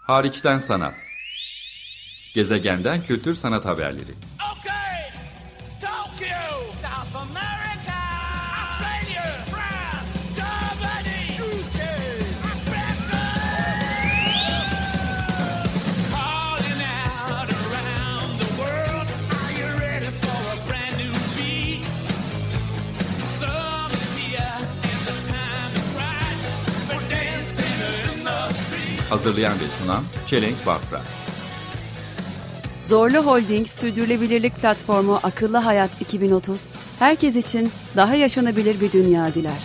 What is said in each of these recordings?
Hariçten sanat. Gezegenden kültür sanat haberleri. Okay. Tokyo, South America, Australia, France, Germany, UK, Africa. Calling out around the world. Are you ready for a brand new beat? Summer's here and the time is right. We're dancing in the street. Hazırlayan ve sunan Çelenk Bafra. Zorlu Holding Sürdürülebilirlik Platformu Akıllı Hayat 2030, herkes için daha yaşanabilir bir dünya diler.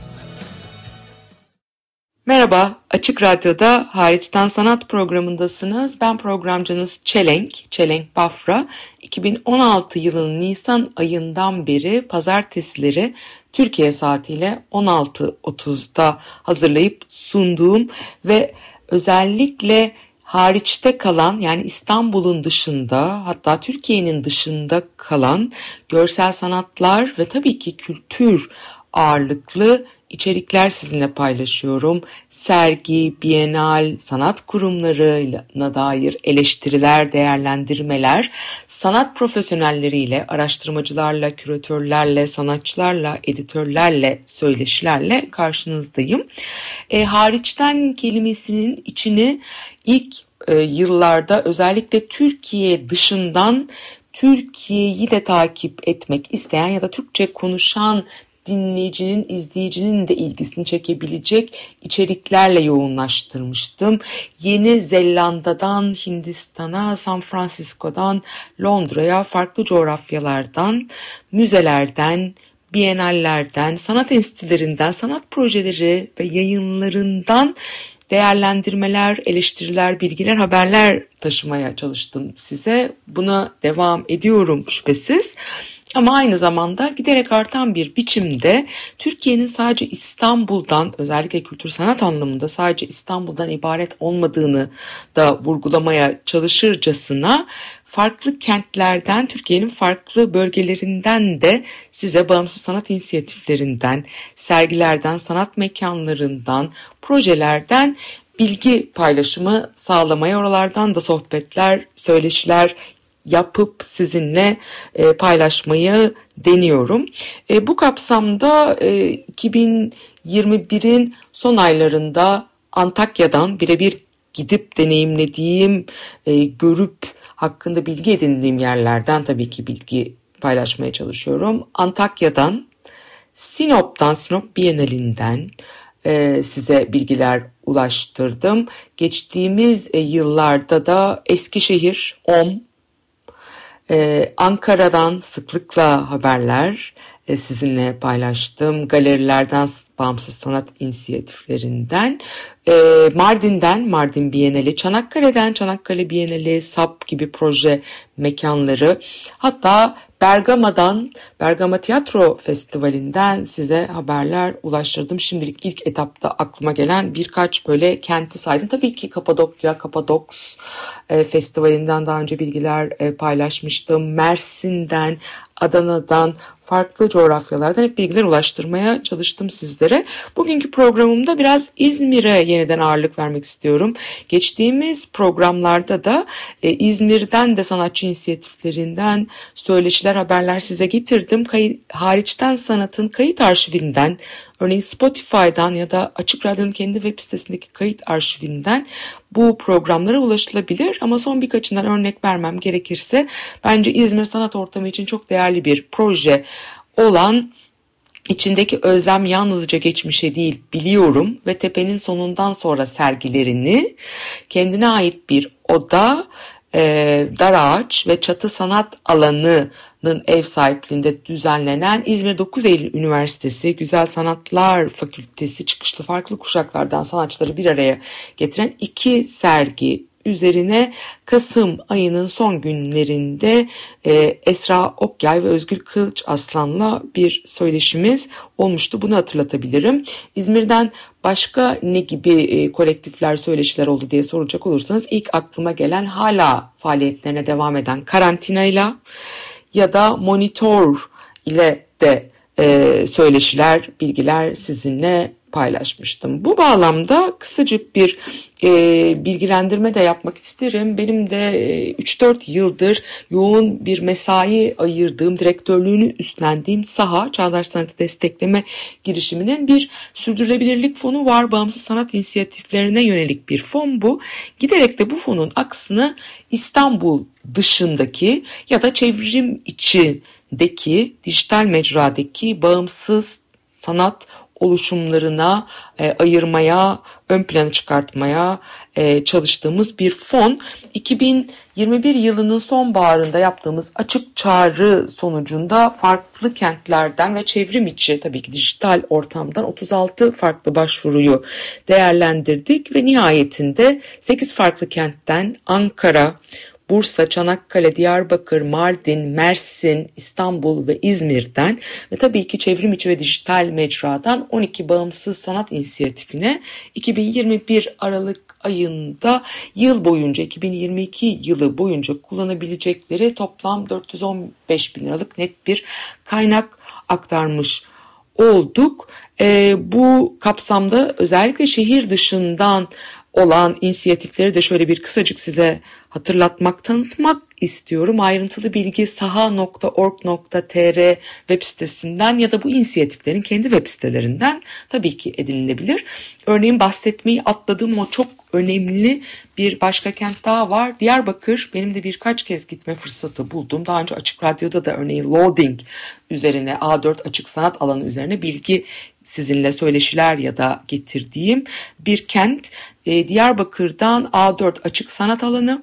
Merhaba, Açık Radyo'da Hariçten Sanat programındasınız. Ben programcınız Çelenk Bafra. 2016 yılının Nisan ayından beri pazartesileri Türkiye saatiyle 16.30'da hazırlayıp sunduğum ve özellikle hariçte kalan, yani İstanbul'un dışında, hatta Türkiye'nin dışında kalan görsel sanatlar ve tabii ki kültür ağırlıklı içerikler sizinle paylaşıyorum. Sergi, bienal, sanat kurumlarına dair eleştiriler, değerlendirmeler, sanat profesyonelleriyle, araştırmacılarla, küratörlerle, sanatçılarla, editörlerle, söyleşilerle karşınızdayım. Hariçten kelimesinin içini ilk yıllarda özellikle Türkiye dışından Türkiye'yi de takip etmek isteyen ya da Türkçe konuşan dinleyicinin, izleyicinin de ilgisini çekebilecek içeriklerle yoğunlaştırmıştım. Yeni Zelanda'dan Hindistan'a, San Francisco'dan Londra'ya, farklı coğrafyalardan, müzelerden, bienallerden, sanat enstitülerinden, sanat projeleri ve yayınlarından değerlendirmeler, eleştiriler, bilgiler, haberler taşımaya çalıştım size. Buna devam ediyorum şüphesiz. Ama aynı zamanda giderek artan bir biçimde Türkiye'nin sadece İstanbul'dan, özellikle kültür sanat anlamında sadece İstanbul'dan ibaret olmadığını da vurgulamaya çalışırcasına farklı kentlerden, Türkiye'nin farklı bölgelerinden de size bağımsız sanat inisiyatiflerinden, sergilerden, sanat mekanlarından, projelerden bilgi paylaşımı sağlamaya, oralardan da sohbetler, söyleşiler yapıp sizinle paylaşmayı deniyorum. Bu kapsamda 2021'in son aylarında Antakya'dan birebir gidip deneyimlediğim, görüp hakkında bilgi edindiğim yerlerden tabii ki bilgi paylaşmaya çalışıyorum. Antakya'dan, Sinop'tan, Sinop Bienalinden size bilgiler ulaştırdım. Geçtiğimiz yıllarda da Eskişehir, Ankara'dan sıklıkla haberler sizinle paylaştım. Galerilerden, bağımsız sanat inisiyatiflerinden, Mardin'den, Mardin Bienali, Çanakkale'den, Çanakkale Bienali, SAP gibi proje mekanları, hatta Bergama'dan, Bergama Tiyatro Festivali'nden size haberler ulaştırdım. Şimdilik ilk etapta aklıma gelen birkaç böyle kenti saydım. Tabii ki Kapadokya, Kapadoks Festivali'nden daha önce bilgiler paylaşmıştım. Mersin'den, Adana'dan, farklı coğrafyalardan hep bilgiler ulaştırmaya çalıştım sizlere. Bugünkü programımda biraz İzmir'e yeniden ağırlık vermek istiyorum. Geçtiğimiz programlarda da İzmir'den de sanatçı inisiyatiflerinden söyleşiler, haberler size getirdim. Hariçten sanatın kayıt arşivinden, örneğin Spotify'dan ya da Açık Radyo'nun kendi web sitesindeki kayıt arşivinden bu programlara ulaşılabilir. Ama son birkaçından örnek vermem gerekirse, bence İzmir sanat ortamı için çok değerli bir proje olan, içindeki özlem yalnızca geçmişe değil biliyorum ve Tepe'nin sonundan sonra sergilerini, kendine ait bir oda, dar ağaç ve çatı sanat alanının ev sahipliğinde düzenlenen İzmir 9 Eylül Üniversitesi Güzel Sanatlar Fakültesi çıkışlı farklı kuşaklardan sanatçıları bir araya getiren 2 sergi üzerine Kasım ayının son günlerinde Esra Okyay ve Özgür Kılıç Aslan'la bir söyleşimiz olmuştu. Bunu hatırlatabilirim. İzmir'den başka ne gibi kolektifler, söyleşiler oldu diye soracak olursanız, ilk aklıma gelen hala faaliyetlerine devam eden Karantina'yla ya da Monitör ile de söyleşiler, bilgiler sizinle paylaşmıştım. Bu bağlamda kısacık bir bilgilendirme de yapmak isterim. Benim de 3-4 yıldır yoğun bir mesai ayırdığım, direktörlüğünü üstlendiğim saha, Çağdaş Sanatı Destekleme girişiminin bir sürdürülebilirlik fonu var. Bağımsız sanat inisiyatiflerine yönelik bir fon bu. Giderek de bu fonun aksını İstanbul dışındaki ya da çevrim içindeki dijital mecradaki bağımsız sanat oluşumlarına ayırmaya, ön plana çıkartmaya çalıştığımız bir fon. 2021 yılının sonbaharında yaptığımız açık çağrı sonucunda farklı kentlerden ve çevrim içi tabii ki dijital ortamdan 36 farklı başvuruyu değerlendirdik ve nihayetinde 8 farklı kentten Ankara, Bursa, Çanakkale, Diyarbakır, Mardin, Mersin, İstanbul ve İzmir'den ve tabii ki çevrim içi ve dijital mecradan 12 bağımsız sanat inisiyatifine 2021 Aralık ayında yıl boyunca 2022 yılı boyunca kullanabilecekleri toplam 415 bin liralık net bir kaynak aktarmış olduk. Bu kapsamda özellikle şehir dışından olan inisiyatifleri de şöyle bir kısacık size hatırlatmak, tanıtmak istiyorum. Ayrıntılı bilgi saha.org.tr web sitesinden ya da bu inisiyatiflerin kendi web sitelerinden tabii ki edinilebilir. Örneğin bahsetmeyi atladığım o çok önemli bir başka kent daha var. Diyarbakır. Benim de birkaç kez gitme fırsatı buldum. Daha önce Açık Radyo'da da örneğin loading üzerine, A4 açık sanat alanı üzerine bilgi sizinle söyleşiler ya da getirdiğim bir kent. Diyarbakır'dan A4 açık sanat alanı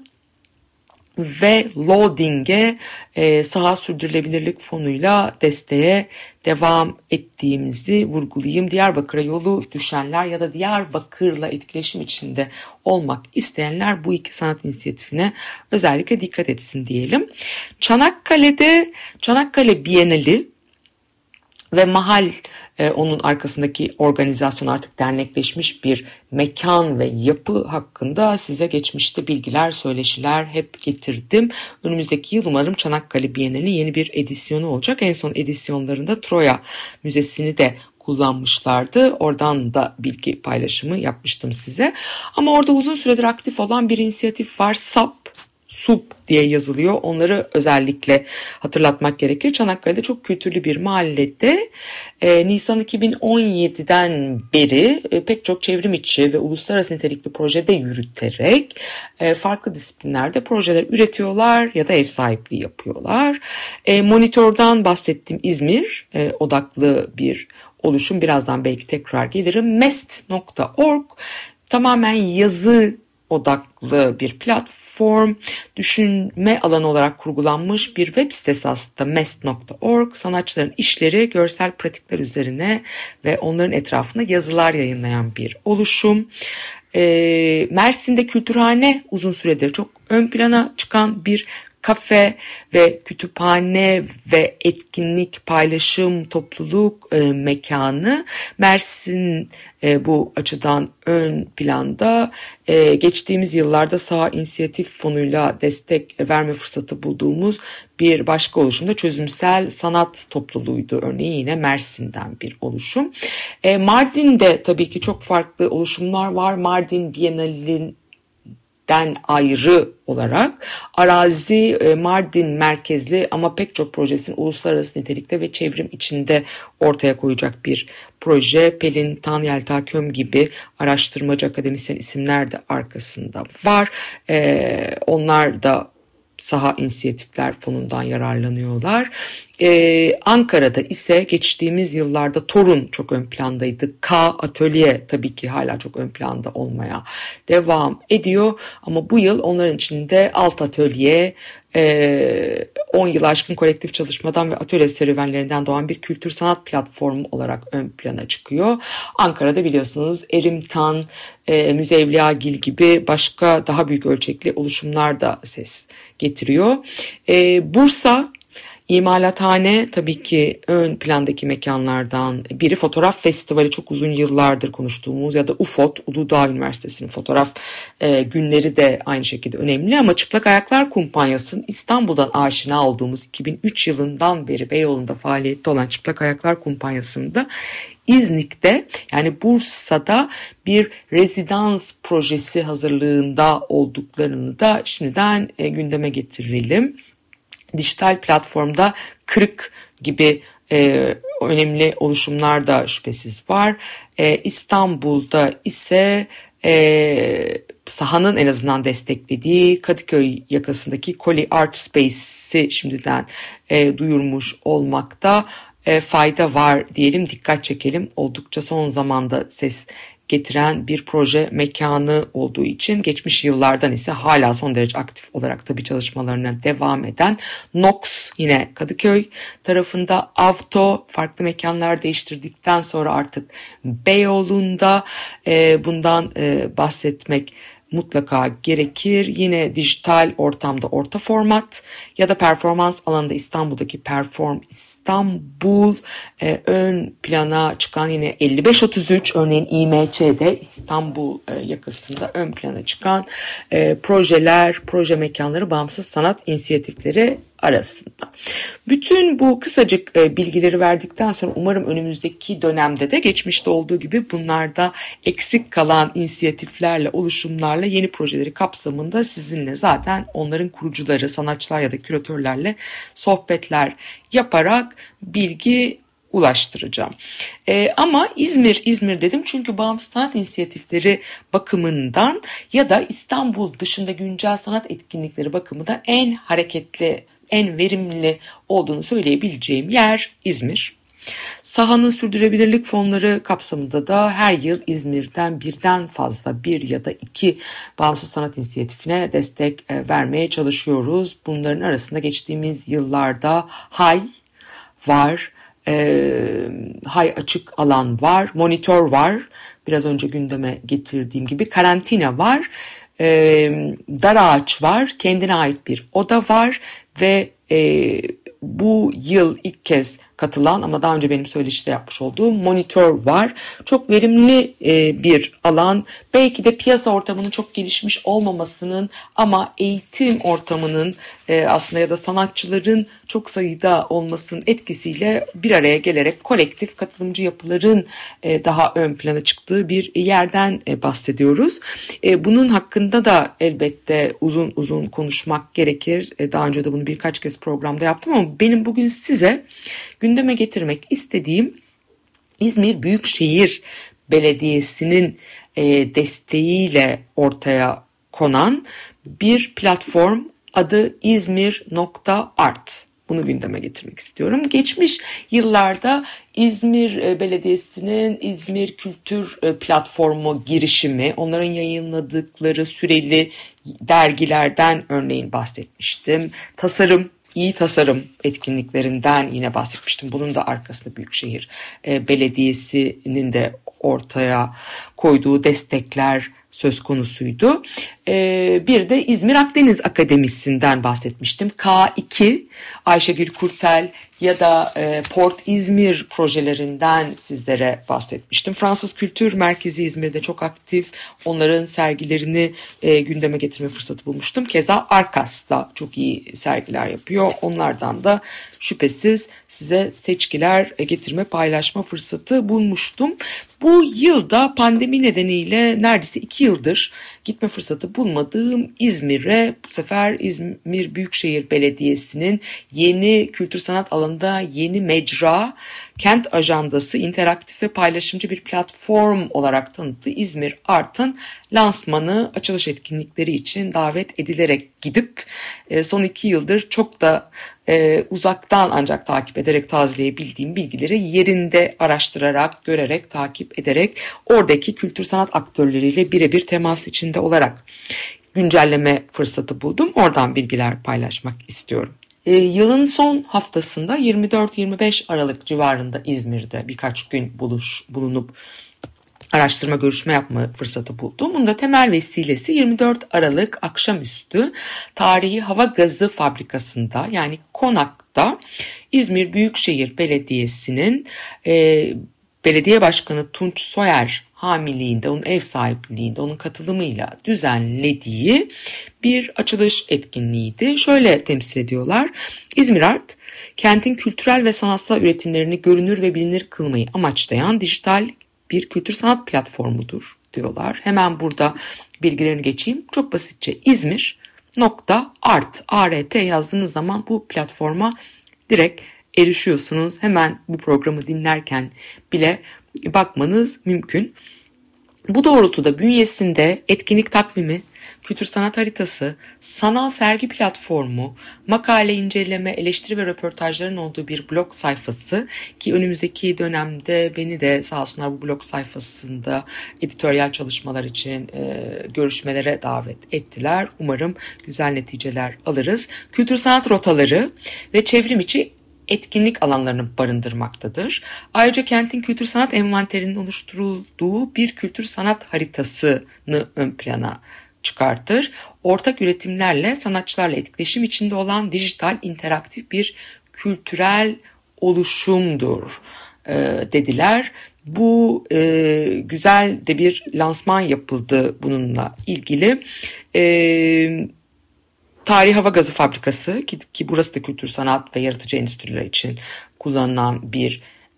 ve loading'e saha sürdürülebilirlik fonuyla desteğe devam ettiğimizi vurgulayayım. Diyarbakır'a yolu düşenler ya da Diyarbakır'la etkileşim içinde olmak isteyenler bu iki sanat inisiyatifine özellikle dikkat etsin diyelim. Çanakkale'de Çanakkale Bienali ve Mahal onun arkasındaki organizasyon artık dernekleşmiş bir mekan ve yapı hakkında size geçmişte bilgiler, söyleşiler hep getirdim. Önümüzdeki yıl umarım Çanakkale Bienali'nin yeni bir edisyonu olacak. En son edisyonlarında Troya Müzesi'ni de kullanmışlardı. Oradan da bilgi paylaşımı yapmıştım size. Ama orada uzun süredir aktif olan bir inisiyatif var. SUP diye yazılıyor. Onları özellikle hatırlatmak gerekir. Çanakkale'de çok kültürlü bir mahallede Nisan 2017'den beri pek çok çevrim içi ve uluslararası nitelikli projede yürüterek farklı disiplinlerde projeler üretiyorlar ya da ev sahipliği yapıyorlar. Monitör'dan bahsettiğim İzmir odaklı bir oluşum. Birazdan belki tekrar gelirim. Mest.org tamamen yazı odaklı bir platform, düşünme alanı olarak kurgulanmış bir web sitesi aslında mest.org. Sanatçıların işleri, görsel pratikler üzerine ve onların etrafında yazılar yayınlayan bir oluşum. Mersin'de Kültürhane uzun süredir çok ön plana çıkan bir kafe ve kütüphane ve etkinlik, paylaşım, topluluk mekanı. Mersin bu açıdan ön planda. Geçtiğimiz yıllarda Saha İnisiyatif Fonu'yla destek verme fırsatı bulduğumuz bir başka oluşum da Çözümsel Sanat Topluluğuydu. Örneğin yine Mersin'den bir oluşum. Mardin'de tabii ki çok farklı oluşumlar var. Mardin Bienali'nin ayrı olarak arazi Mardin merkezli ama pek çok projesinin uluslararası nitelikte ve çevrim içinde ortaya koyacak bir proje. Pelin Tan, Yelta Köm gibi araştırmacı akademisyen isimler de arkasında var. Onlar da Saha İnisiyatifler Fonu'ndan yararlanıyorlar. Ankara'da ise geçtiğimiz yıllarda Torun çok ön plandaydı. Atölye tabii ki hala çok ön planda olmaya devam ediyor. Ama bu yıl onların içinde Alt Atölye, 10 yıl aşkın kolektif çalışmadan ve atölye serüvenlerinden doğan bir kültür sanat platformu olarak ön plana çıkıyor. Ankara'da biliyorsunuz Erimtan, Müzevliagil gibi başka daha büyük ölçekli oluşumlar da ses getiriyor. Bursa İmalathane tabii ki ön plandaki mekanlardan biri. Fotoğraf Festivali çok uzun yıllardır konuştuğumuz ya da UFOT, Uludağ Üniversitesi'nin fotoğraf günleri de aynı şekilde önemli. Ama Çıplak Ayaklar Kumpanyası'nın İstanbul'dan aşina olduğumuz 2003 yılından beri Beyoğlu'nda faaliyette olan Çıplak Ayaklar Kumpanyası'nda İznik'te yani Bursa'da bir rezidans projesi hazırlığında olduklarını da şimdiden gündeme getirelim. Dijital platformda Kırık gibi önemli oluşumlar da şüphesiz var. İstanbul'da ise sahanın en azından desteklediği Kadıköy yakasındaki Koli Art Space'i şimdiden duyurmuş olmakta fayda var diyelim, dikkat çekelim. Oldukça son zamanda ses getiren bir proje mekanı olduğu için geçmiş yıllardan ise hala son derece aktif olarak tabii çalışmalarına devam eden Nox yine Kadıköy tarafında, Avto farklı mekanlar değiştirdikten sonra artık Beyoğlu'nda bundan bahsetmek mutlaka gerekir. Yine dijital ortamda Orta Format ya da performans alanında İstanbul'daki Perform İstanbul, ön plana çıkan yine 5533 örneğin İMÇ'de İstanbul yakasında ön plana çıkan projeler, proje mekanları, bağımsız sanat inisiyatifleri arasında. Bütün bu kısacık bilgileri verdikten sonra umarım önümüzdeki dönemde de geçmişte olduğu gibi bunlarda eksik kalan inisiyatiflerle, oluşumlarla, yeni projeleri kapsamında sizinle zaten onların kurucuları, sanatçılar ya da küratörlerle sohbetler yaparak bilgi ulaştıracağım. Ama İzmir dedim çünkü bağımsız sanat inisiyatifleri bakımından ya da İstanbul dışında güncel sanat etkinlikleri bakımından en hareketli, en verimli olduğunu söyleyebileceğim yer İzmir. Sahanın sürdürülebilirlik fonları kapsamında da her yıl İzmir'den birden fazla bir ya da iki bağımsız sanat inisiyatifine destek vermeye çalışıyoruz. Bunların arasında geçtiğimiz yıllarda Hay var, Hay Açık Alan var, Monitör var, biraz önce gündeme getirdiğim gibi Karantina var, Dar Ağaç var, kendine ait bir oda var ve bu yıl ilk kez katılan ama daha önce benim söyleşide yapmış olduğum Monitör var. Çok verimli bir alan. Belki de piyasa ortamının çok gelişmiş olmamasının ama eğitim ortamının aslında ya da sanatçıların çok sayıda olmasının etkisiyle bir araya gelerek kolektif katılımcı yapıların daha ön plana çıktığı bir yerden bahsediyoruz. Bunun hakkında da elbette uzun uzun konuşmak gerekir. Daha önce de bunu birkaç kez programda yaptım ama benim bugün size gündeme getirmek istediğim İzmir Büyükşehir Belediyesi'nin desteğiyle ortaya konan bir platform, adı İzmir.art. Bunu gündeme getirmek istiyorum. Geçmiş yıllarda İzmir Belediyesi'nin İzmir Kültür Platformu girişimi, onların yayınladıkları süreli dergilerden örneğin bahsetmiştim. İyi tasarım etkinliklerinden yine bahsetmiştim. Bunun da arkasında Büyükşehir Belediyesi'nin de ortaya koyduğu destekler söz konusuydu. Bir de İzmir Akdeniz Akademisi'nden bahsetmiştim. K2, Ayşegül Kurtel ya da Port İzmir projelerinden sizlere bahsetmiştim. Fransız Kültür Merkezi İzmir'de çok aktif. Onların sergilerini gündeme getirme fırsatı bulmuştum. Keza Arkas da çok iyi sergiler yapıyor. Onlardan da şüphesiz size seçkiler getirme, paylaşma fırsatı bulmuştum. Bu yılda pandemi nedeniyle neredeyse 2 yıldır gitme fırsatı bulmadığım İzmir'e bu sefer İzmir Büyükşehir Belediyesi'nin yeni kültür sanat alanında yeni mecra, kent ajandası, interaktif ve paylaşımcı bir platform olarak tanıttığı İzmir Art'ın lansmanı, açılış etkinlikleri için davet edilerek gidip son 2 yıldır çok da uzaktan ancak takip ederek tazeleyebildiğim bilgileri yerinde araştırarak, görerek, takip ederek oradaki kültür sanat aktörleriyle birebir temas içinde olarak güncelleme fırsatı buldum. Oradan bilgiler paylaşmak istiyorum. Yılın son haftasında 24-25 Aralık civarında İzmir'de birkaç gün bulunup araştırma, görüşme yapma fırsatı buldum. Bunda temel vesilesi 24 Aralık akşamüstü Tarihi Hava Gazı Fabrikası'nda yani Konak'ta İzmir Büyükşehir Belediyesi'nin Belediye Başkanı Tunç Soyer hamiliğinde, onun ev sahipliğinde, onun katılımıyla düzenlediği bir açılış etkinliğiydi. Şöyle temsil ediyorlar. İzmir Art, kentin kültürel ve sanatsal üretimlerini görünür ve bilinir kılmayı amaçlayan dijital bir kültür sanat platformudur diyorlar. Hemen burada bilgilerini geçeyim. Çok basitçe İzmir.art, ART yazdığınız zaman bu platforma direkt erişiyorsunuz. Hemen bu programı dinlerken bile bakmanız mümkün. Bu doğrultuda bünyesinde etkinlik takvimi, kültür sanat haritası, sanal sergi platformu, makale, inceleme, eleştiri ve röportajların olduğu bir blog sayfası ki önümüzdeki dönemde beni de sağ olsunlar bu blog sayfasında editoryal çalışmalar için görüşmelere davet ettiler. Umarım güzel neticeler alırız. Kültür sanat rotaları ve çevrim içi etkinlik alanlarını barındırmaktadır. Ayrıca kentin kültür sanat envanterinin oluşturulduğu bir kültür sanat haritasını ön plana çıkartır. Ortak üretimlerle, sanatçılarla etkileşim içinde olan dijital, interaktif bir kültürel oluşumdur dediler. Bu güzel de bir lansman yapıldı bununla ilgili. Tarihi Hava Gazı Fabrikası ki burası da kültür sanat ve yaratıcı endüstriler için kullanılan bir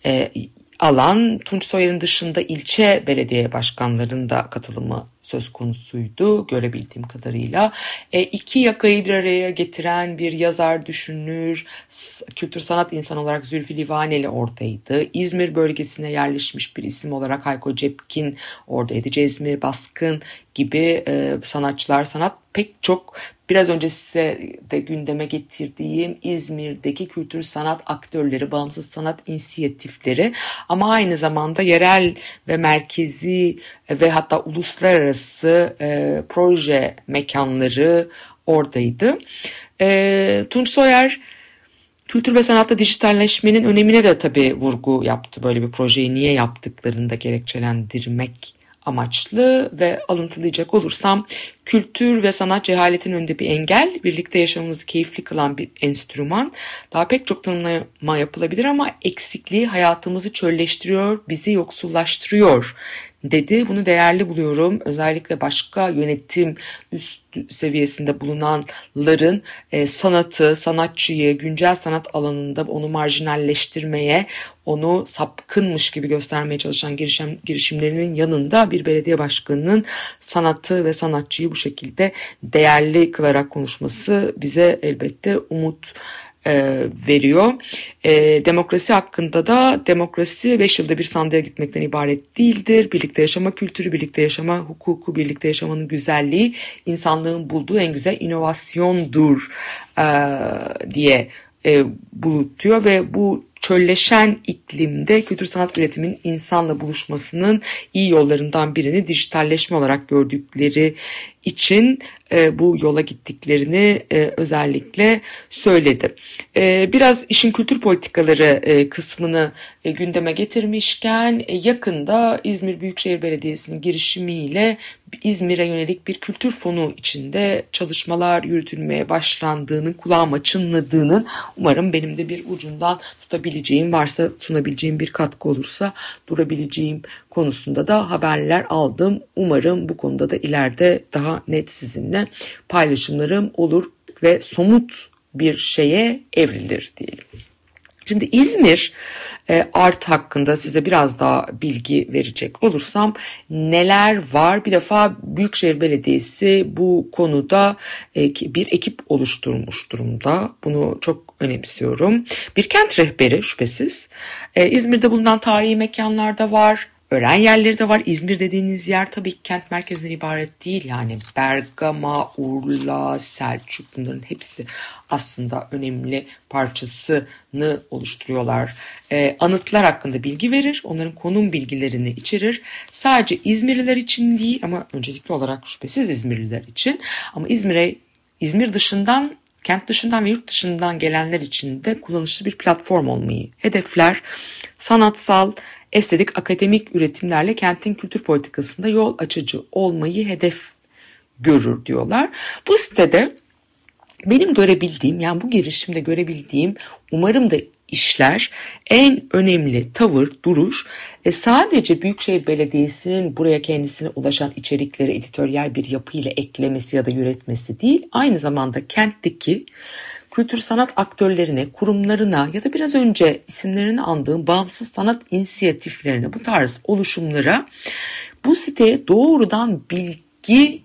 alan. Tunç Soyer'in dışında ilçe belediye başkanlarının da katılımı söz konusuydu görebildiğim kadarıyla. İki yakayı bir araya getiren bir yazar, düşünür, kültür sanat insanı olarak Zülfü Livaneli oradaydı. İzmir bölgesine yerleşmiş bir isim olarak Hayko Cepkin oradaydı. Cezmi Baskın gibi sanatçılar, sanat pek çok biraz önce size de gündeme getirdiğim İzmir'deki kültür sanat aktörleri, bağımsız sanat inisiyatifleri ama aynı zamanda yerel ve merkezi ve hatta uluslararası proje mekanları oradaydı. Tunç Soyer kültür ve sanatta dijitalleşmenin önemine de tabii vurgu yaptı. Böyle bir projeyi niye yaptıklarını da gerekçelendirmek amaçlı ve alıntılayacak olursam kültür ve sanat cehaletin önünde bir engel, birlikte yaşamımızı keyifli kılan bir enstrüman. Daha pek çok tanımlama yapılabilir ama eksikliği hayatımızı çölleştiriyor, bizi yoksullaştırıyor dedi. Bunu değerli buluyorum. Özellikle başka yönetim üst seviyesinde bulunanların sanatı, sanatçıyı, güncel sanat alanında onu marjinalleştirmeye, onu sapkınmış gibi göstermeye çalışan girişimlerinin yanında bir belediye başkanının sanatı ve sanatçıyı bu şekilde değerli kılarak konuşması bize elbette umut veriyor. Demokrasi hakkında da demokrasi 5 yılda bir sandığa gitmekten ibaret değildir. Birlikte yaşama kültürü, birlikte yaşama hukuku, birlikte yaşamanın güzelliği insanlığın bulduğu en güzel inovasyondur diye bulutuyor ve bu çölleşen iklimde kültür sanat üretimin insanla buluşmasının iyi yollarından birini dijitalleşme olarak gördükleri için bu yola gittiklerini özellikle söyledi. Biraz işin kültür politikaları kısmını gündeme getirmişken yakında İzmir Büyükşehir Belediyesi'nin girişimiyle İzmir'e yönelik bir kültür fonu içinde çalışmalar yürütülmeye başlandığının, kulağıma çınladığının, umarım benim de bir ucundan tutabileceğim, varsa sunabileceğim bir katkı olursa durabileceğim konusunda da haberler aldım. Umarım bu konuda da ileride daha net sizinle paylaşımlarım olur ve somut bir şeye evrilir diyelim. Şimdi İzmir Art hakkında size biraz daha bilgi verecek olursam neler var? Bir defa Büyükşehir Belediyesi bu konuda bir ekip oluşturmuş durumda. Bunu çok önemsiyorum. Bir kent rehberi şüphesiz. İzmir'de bulunan tarihi mekanlar da var. Öğren yerleri de var. İzmir dediğiniz yer tabii ki kent merkezinden ibaret değil. Yani Bergama, Urla, Selçuk, bunların hepsi aslında önemli parçasını oluşturuyorlar. Anıtlar hakkında bilgi verir. Onların konum bilgilerini içerir. Sadece İzmirliler için değil ama öncelikli olarak şüphesiz İzmirliler için. Ama İzmir dışından, kent dışından ve yurt dışından gelenler için de kullanışlı bir platform olmayı hedefler. Sanatsal, estetik, akademik üretimlerle kentin kültür politikasında yol açıcı olmayı hedef görür diyorlar. Bu sitede benim görebildiğim, yani bu girişimde görebildiğim, umarım da işler, en önemli tavır, duruş sadece Büyükşehir Belediyesi'nin buraya kendisine ulaşan içerikleri editoryal bir yapıyla eklemesi ya da üretmesi değil, aynı zamanda kentteki kültür sanat aktörlerine, kurumlarına ya da biraz önce isimlerini andığım bağımsız sanat inisiyatiflerine, bu tarz oluşumlara bu siteye doğrudan bilgi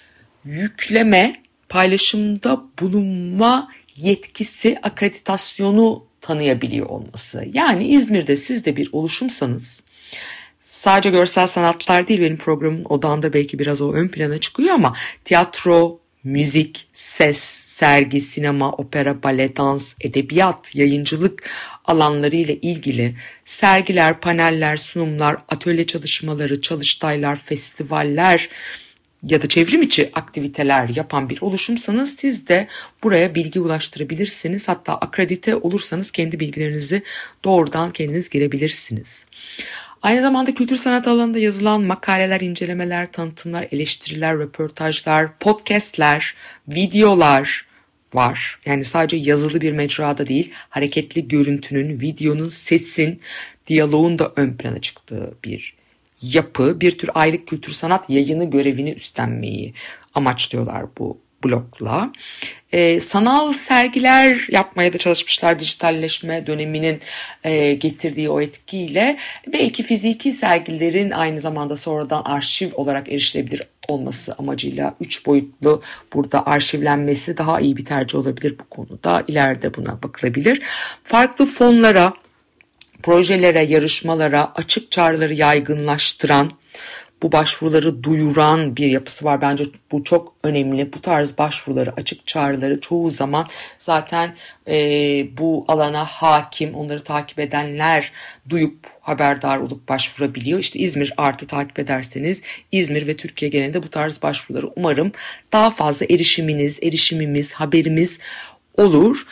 yükleme, paylaşımda bulunma yetkisi, akreditasyonu tanıyabiliyor olması. Yani İzmir'de siz de bir oluşumsanız, sadece görsel sanatlar değil, benim programın odağında belki biraz o ön plana çıkıyor ama tiyatro, müzik, ses, sergi, sinema, opera, bale, dans, edebiyat, yayıncılık alanları ile ilgili sergiler, paneller, sunumlar, atölye çalışmaları, çalıştaylar, festivaller ya da çevrim içi aktiviteler yapan bir oluşumsanız siz de buraya bilgi ulaştırabilirsiniz. Hatta akredite olursanız kendi bilgilerinizi doğrudan kendiniz girebilirsiniz. Aynı zamanda kültür sanat alanında yazılan makaleler, incelemeler, tanıtımlar, eleştiriler, röportajlar, podcastler, videolar var. Yani sadece yazılı bir mecrada değil, hareketli görüntünün, videonun, sesin, diyaloğun da ön plana çıktığı bir yapı, bir tür aylık kültür sanat yayını görevini üstlenmeyi amaçlıyorlar bu blogla. Sanal sergiler yapmaya da çalışmışlar, dijitalleşme döneminin getirdiği o etkiyle. Belki fiziki sergilerin aynı zamanda sonradan arşiv olarak erişilebilir olması amacıyla 3 boyutlu burada arşivlenmesi daha iyi bir tercih olabilir bu konuda. İleride buna bakılabilir. Farklı fonlara, projelere, yarışmalara, açık çağrıları yaygınlaştıran, bu başvuruları duyuran bir yapısı var. Bence bu çok önemli. Bu tarz başvuruları, açık çağrıları çoğu zaman zaten bu alana hakim, onları takip edenler duyup haberdar olup başvurabiliyor. İşte İzmir Art'ı takip ederseniz İzmir ve Türkiye genelinde bu tarz başvuruları umarım daha fazla erişimimiz, haberimiz olur.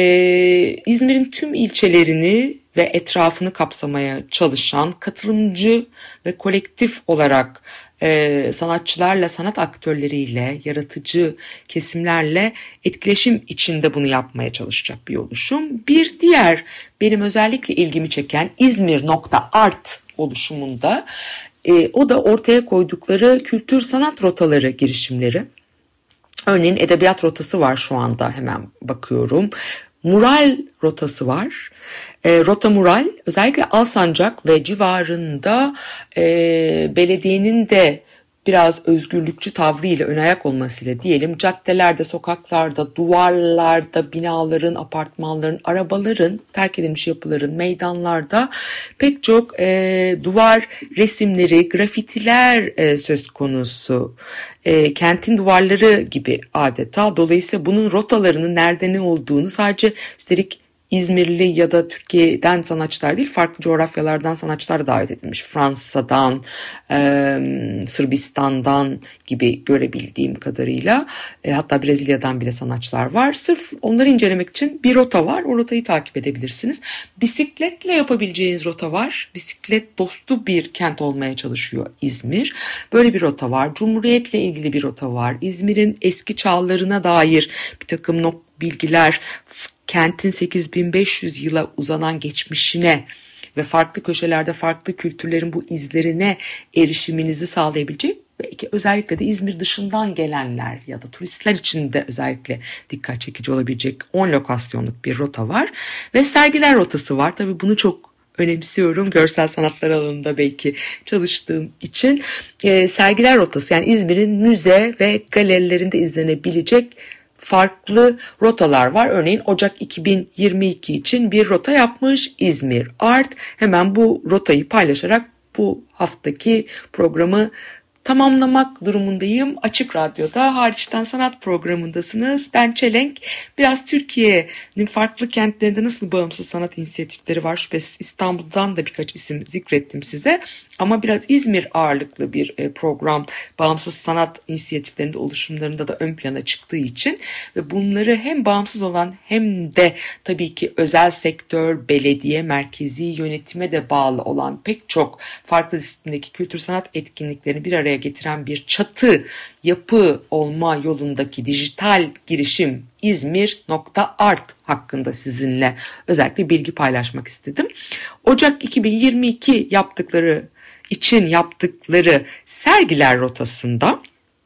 İzmir'in tüm ilçelerini ve etrafını kapsamaya çalışan katılımcı ve kolektif olarak sanatçılarla, sanat aktörleriyle, yaratıcı kesimlerle etkileşim içinde bunu yapmaya çalışacak bir oluşum. Bir diğer benim özellikle ilgimi çeken İzmir.art oluşumunda o da ortaya koydukları kültür sanat rotaları girişimleri. Örneğin edebiyat rotası var şu anda, hemen bakıyorum. Mural rotası var. Rota Mural özellikle Alsancak ve civarında belediyenin de biraz özgürlükçü tavrıyla ön ayak olmasıyla diyelim, caddelerde, sokaklarda, duvarlarda, binaların, apartmanların, arabaların, terk edilmiş yapıların, meydanlarda pek çok duvar resimleri, grafitiler söz konusu. Kentin duvarları gibi adeta. Dolayısıyla bunun rotalarının nerede ne olduğunu sadece üstelik İzmirli ya da Türkiye'den sanatçılar değil, farklı coğrafyalardan sanatçılar davet edilmiş. Fransa'dan, Sırbistan'dan gibi görebildiğim kadarıyla, hatta Brezilya'dan bile sanatçılar var. Sırf onları incelemek için bir rota var. O rotayı takip edebilirsiniz. Bisikletle yapabileceğiniz rota var. Bisiklet dostu bir kent olmaya çalışıyor İzmir. Böyle bir rota var. Cumhuriyet'le ilgili bir rota var. İzmir'in eski çağlarına dair bir takım bilgiler, kentin 8500 yıla uzanan geçmişine ve farklı köşelerde farklı kültürlerin bu izlerine erişiminizi sağlayabilecek, belki özellikle de İzmir dışından gelenler ya da turistler için de özellikle dikkat çekici olabilecek 10 lokasyonluk bir rota var ve sergiler rotası var. Tabii bunu çok önemsiyorum. Görsel sanatlar alanında belki çalıştığım için. Sergiler rotası, yani İzmir'in müze ve galerilerinde izlenebilecek farklı rotalar var. Örneğin Ocak 2022 için bir rota yapmış İzmir Art. Hemen bu rotayı paylaşarak bu haftaki programı tamamlamak durumundayım. Açık Radyo'da Hariçten Sanat programındasınız. Ben Çelenk. Biraz Türkiye'nin farklı kentlerinde nasıl bağımsız sanat inisiyatifleri var, şüphesiz İstanbul'dan da birkaç isim zikrettim size. Ama biraz İzmir ağırlıklı bir program, bağımsız sanat inisiyatiflerinde, oluşumlarında da ön plana çıktığı için ve bunları hem bağımsız olan hem de tabii ki özel sektör, belediye, merkezi yönetime de bağlı olan pek çok farklı disiplindeki kültür sanat etkinliklerini bir araya getiren bir çatı yapı olma yolundaki dijital girişim izmir.art hakkında sizinle özellikle bilgi paylaşmak istedim. Ocak 2022 yaptıkları sergiler rotasında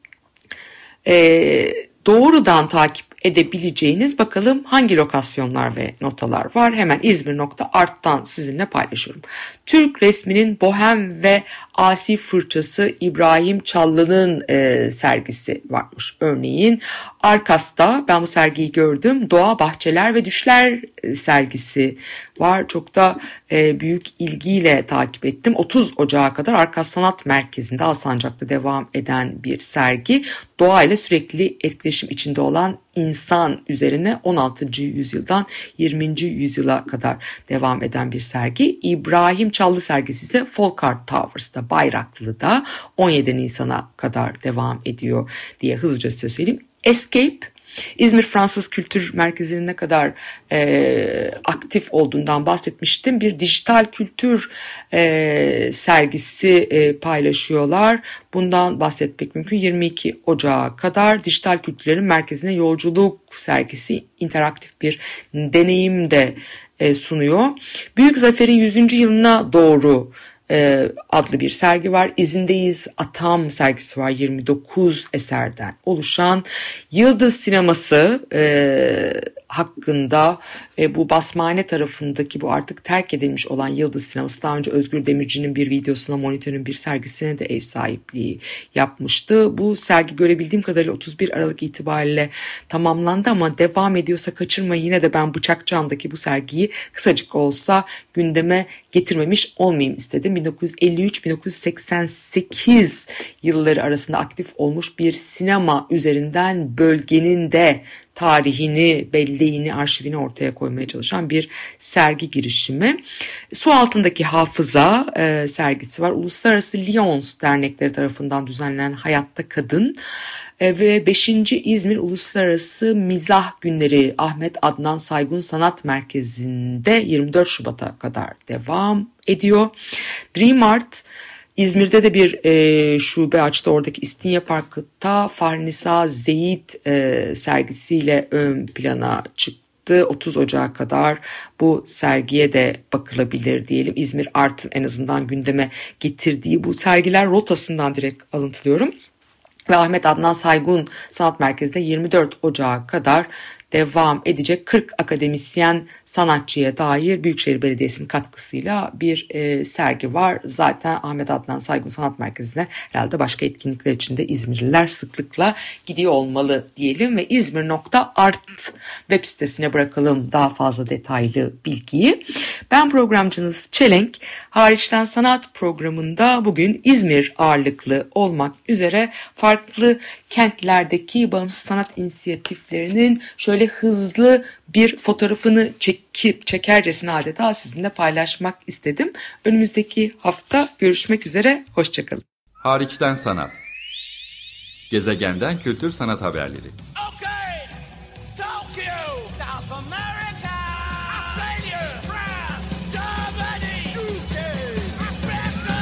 doğrudan takip edebileceğiniz bakalım hangi lokasyonlar ve notalar var. Hemen İzmir.art'tan sizinle paylaşıyorum. Türk resminin bohem ve asi fırçası İbrahim Çallı'nın sergisi varmış. Örneğin Arkas'ta ben bu sergiyi gördüm. Doğa, Bahçeler ve Düşler sergisi var. Çok da büyük ilgiyle takip ettim. 30 Ocağı kadar Arkas Sanat Merkezi'nde Alsancak'ta devam eden bir sergi. Doğayla sürekli etkileşim içinde olan insan üzerine 16. yüzyıldan 20. yüzyıla kadar devam eden bir sergi. İbrahim Çallı sergisi ise Folkart Towers'da, Bayraklı'da 17 Nisan'a kadar devam ediyor diye hızlıca size söyleyeyim. Escape, İzmir Fransız Kültür Merkezi'nin ne kadar aktif olduğundan bahsetmiştim. Bir dijital kültür sergisi paylaşıyorlar. Bundan bahsetmek mümkün. 22 Ocağı kadar dijital kültürlerin merkezine yolculuk sergisi interaktif bir deneyim de sunuyor. Büyük Zafer'in 100. yılına doğru adlı bir sergi var. İzindeyiz Atam sergisi var. 29 eserden oluşan. Yıldız Sineması hakkında bu Basmane tarafındaki bu artık terk edilmiş olan Yıldız Sineması daha önce Özgür Demirci'nin bir videosuna, Monitör'ün bir sergisine de ev sahipliği yapmıştı. Bu sergi görebildiğim kadarıyla 31 Aralık itibariyle tamamlandı ama devam ediyorsa kaçırmayın. Yine de ben Bıçakçıhan'daki bu sergiyi kısacık olsa gündeme getirmemiş olmayayım istedim. 1953-1988 yılları arasında aktif olmuş bir sinema üzerinden bölgenin de tarihini, belleğini, arşivini ortaya koymaya çalışan bir sergi girişimi. Su altındaki hafıza sergisi var. Uluslararası Lions dernekleri tarafından düzenlenen Hayatta Kadın ve 5. İzmir Uluslararası Mizah Günleri Ahmet Adnan Saygun Sanat Merkezi'nde 24 Şubat'a kadar devam ediyor. Dream Art İzmir'de de bir şube açtı. Oradaki İstinye Parkı'ta Farnisa Zeyit sergisiyle ön plana çıktı. 30 Ocağı kadar bu sergiye de bakılabilir diyelim. İzmir Art'ın en azından gündeme getirdiği bu sergiler rotasından direkt alıntılıyorum. Ve Ahmet Adnan Saygun Sanat Merkezi'nde 24 Ocağı kadar devam edecek 40 akademisyen sanatçıya dair Büyükşehir Belediyesi'nin katkısıyla bir sergi var. Zaten Ahmet Adnan Saygun Sanat Merkezi'ne herhalde başka etkinlikler için de İzmirliler sıklıkla gidiyor olmalı diyelim ve İzmir.art web sitesine bırakalım daha fazla detaylı bilgiyi. Ben programcınız Çelenk. Hariçten Sanat programında bugün İzmir ağırlıklı olmak üzere farklı kentlerdeki bağımsız sanat inisiyatiflerinin şöyle hızlı bir fotoğrafını çekercesine adeta sizinle paylaşmak istedim. Önümüzdeki hafta görüşmek üzere, hoşçakalın. Hariçten Sanat. Gezegenden kültür sanat haberleri. Okay, Tokyo, South America, Australia, France, Germany, UK, Africa.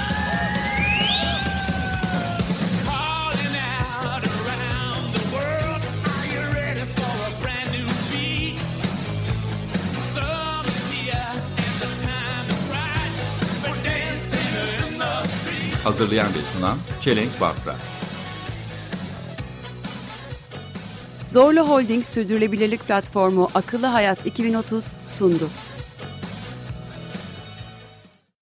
Calling out around the world, are you ready for a brand new beat? Summer's here and the time is right. We're dancing in the street. Hazırlayan ve sunan Çelenk Bafra. Zorlu Holding Sürdürülebilirlik Platformu Akıllı Hayat 2030 sundu.